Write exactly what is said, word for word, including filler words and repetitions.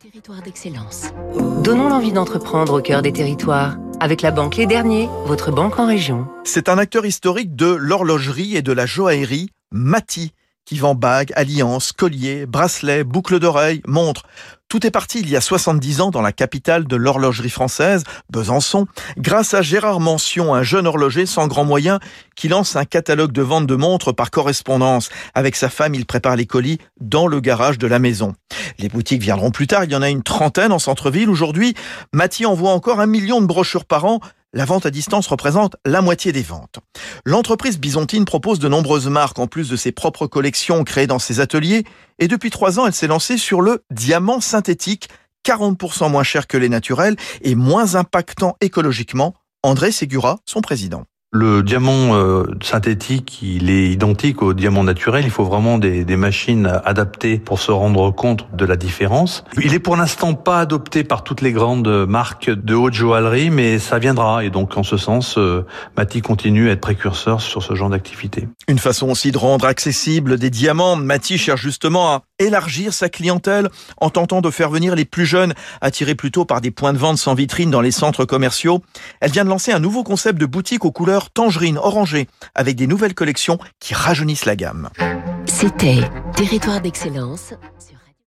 Territoire d'excellence. Donnons l'envie d'entreprendre au cœur des territoires. Avec la banque Les Derniers, votre banque en région. C'est un acteur historique de l'horlogerie et de la joaillerie, Maty, qui vend bagues, alliances, colliers, bracelets, boucles d'oreilles, montres. Tout est parti il y a soixante-dix ans dans la capitale de l'horlogerie française, Besançon, grâce à Gérard Mention, un jeune horloger sans grands moyens qui lance un catalogue de vente de montres par correspondance. Avec sa femme, il prépare les colis dans le garage de la maison. Les boutiques viendront plus tard, il y en a une trentaine en centre-ville. Aujourd'hui, Maty envoie encore un million de brochures par an. La vente à distance représente la moitié des ventes. L'entreprise byzantine propose de nombreuses marques en plus de ses propres collections créées dans ses ateliers. Et depuis trois ans, elle s'est lancée sur le diamant synthétique, quarante pour cent moins cher que les naturels et moins impactant écologiquement. André Segura, son président. Le diamant euh, synthétique, il est identique au diamant naturel. Il faut vraiment des, des machines adaptées pour se rendre compte de la différence. Il est pour l'instant pas adopté par toutes les grandes marques de haute joaillerie, mais ça viendra. Et donc, en ce sens, euh, Maty continue à être précurseur sur ce genre d'activité. Une façon aussi de rendre accessibles des diamants. Maty cherche justement à élargir sa clientèle en tentant de faire venir les plus jeunes, attirés plutôt par des points de vente sans vitrine dans les centres commerciaux. Elle vient de lancer un nouveau concept de boutique aux couleurs tangerine, orangée, avec des nouvelles collections qui rajeunissent la gamme. C'était Territoire d'excellence sur